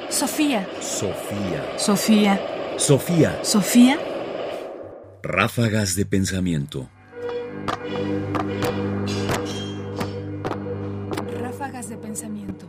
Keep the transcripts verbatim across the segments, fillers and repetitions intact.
Sofía. Sofía. Sofía. Sofía. Sofía. Ráfagas de pensamiento. Ráfagas de pensamiento.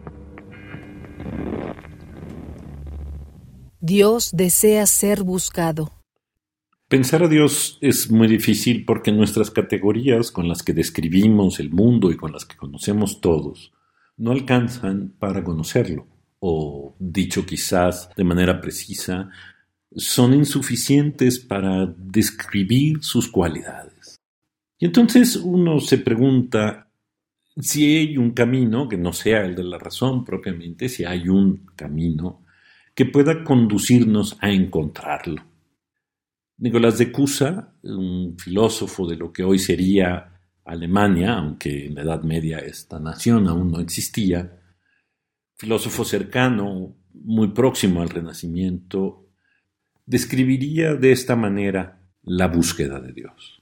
Dios desea ser buscado. Pensar a Dios es muy difícil porque nuestras categorías con las que describimos el mundo y con las que conocemos todos no alcanzan para conocerlo, o dicho quizás de manera precisa, son insuficientes para describir sus cualidades. Y entonces uno se pregunta si hay un camino que no sea el de la razón propiamente, si hay un camino que pueda conducirnos a encontrarlo. Nicolás de Cusa, un filósofo de lo que hoy sería Alemania, aunque en la Edad Media esta nación aún no existía, filósofo cercano, muy próximo al Renacimiento, describiría de esta manera la búsqueda de Dios.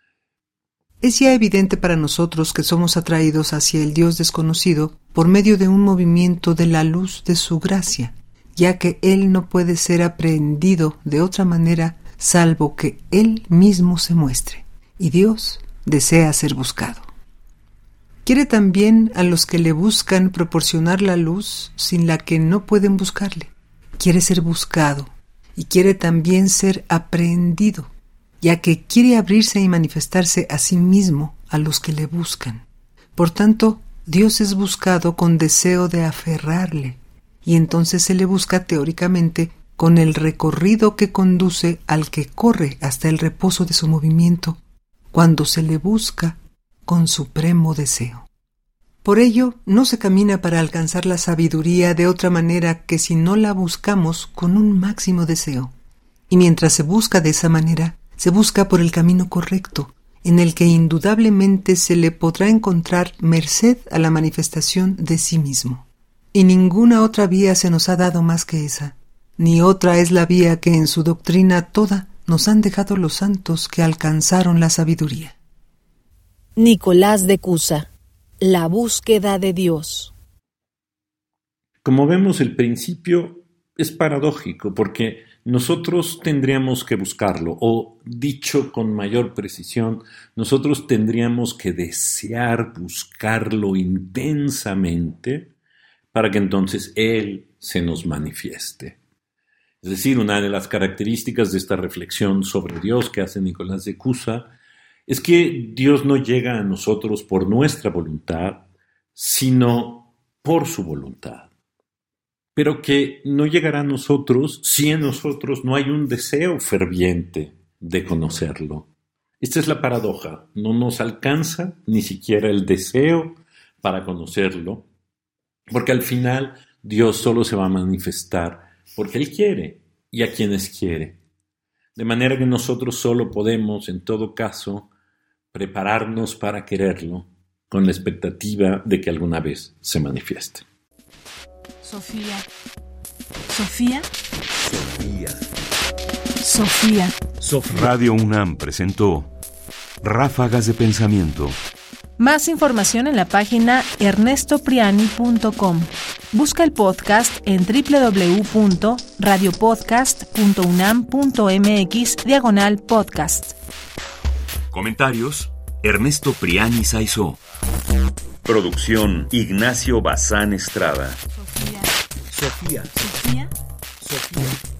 Es ya evidente para nosotros que somos atraídos hacia el Dios desconocido por medio de un movimiento de la luz de su gracia, ya que Él no puede ser aprehendido de otra manera salvo que Él mismo se muestre, y Dios desea ser buscado. Quiere también a los que le buscan proporcionar la luz sin la que no pueden buscarle. Quiere ser buscado y quiere también ser aprehendido, ya que quiere abrirse y manifestarse a sí mismo a los que le buscan. Por tanto, Dios es buscado con deseo de aferrarle, y entonces se le busca teóricamente con el recorrido que conduce al que corre hasta el reposo de su movimiento, cuando se le busca con supremo deseo. Por ello, no se camina para alcanzar la sabiduría de otra manera que si no la buscamos con un máximo deseo. Y mientras se busca de esa manera, se busca por el camino correcto, en el que indudablemente se le podrá encontrar merced a la manifestación de sí mismo. Y ninguna otra vía se nos ha dado más que esa, ni otra es la vía que en su doctrina toda nos han dejado los santos que alcanzaron la sabiduría. Nicolás de Cusa, la búsqueda de Dios. Como vemos, el principio es paradójico porque nosotros tendríamos que buscarlo, o dicho con mayor precisión, nosotros tendríamos que desear buscarlo intensamente para que entonces Él se nos manifieste. Es decir, una de las características de esta reflexión sobre Dios que hace Nicolás de Cusa es que Dios no llega a nosotros por nuestra voluntad, sino por su voluntad. Pero que no llegará a nosotros si en nosotros no hay un deseo ferviente de conocerlo. Esta es la paradoja. No nos alcanza ni siquiera el deseo para conocerlo, porque al final Dios solo se va a manifestar porque Él quiere y a quienes quiere. De manera que nosotros solo podemos, en todo caso, prepararnos para quererlo con la expectativa de que alguna vez se manifieste. Sofía. Sofía. Sofía. Sofía. Sofía. Radio UNAM presentó Ráfagas de Pensamiento. Más información en la página ernesto priani punto com. Busca el podcast en doble u doble u doble u punto radio podcast punto unam punto m x diagonal podcast. Comentarios: Ernesto Priani Saizó. Producción: Ignacio Bazán Estrada. Sofía. Sofía. Sofía. Sofía.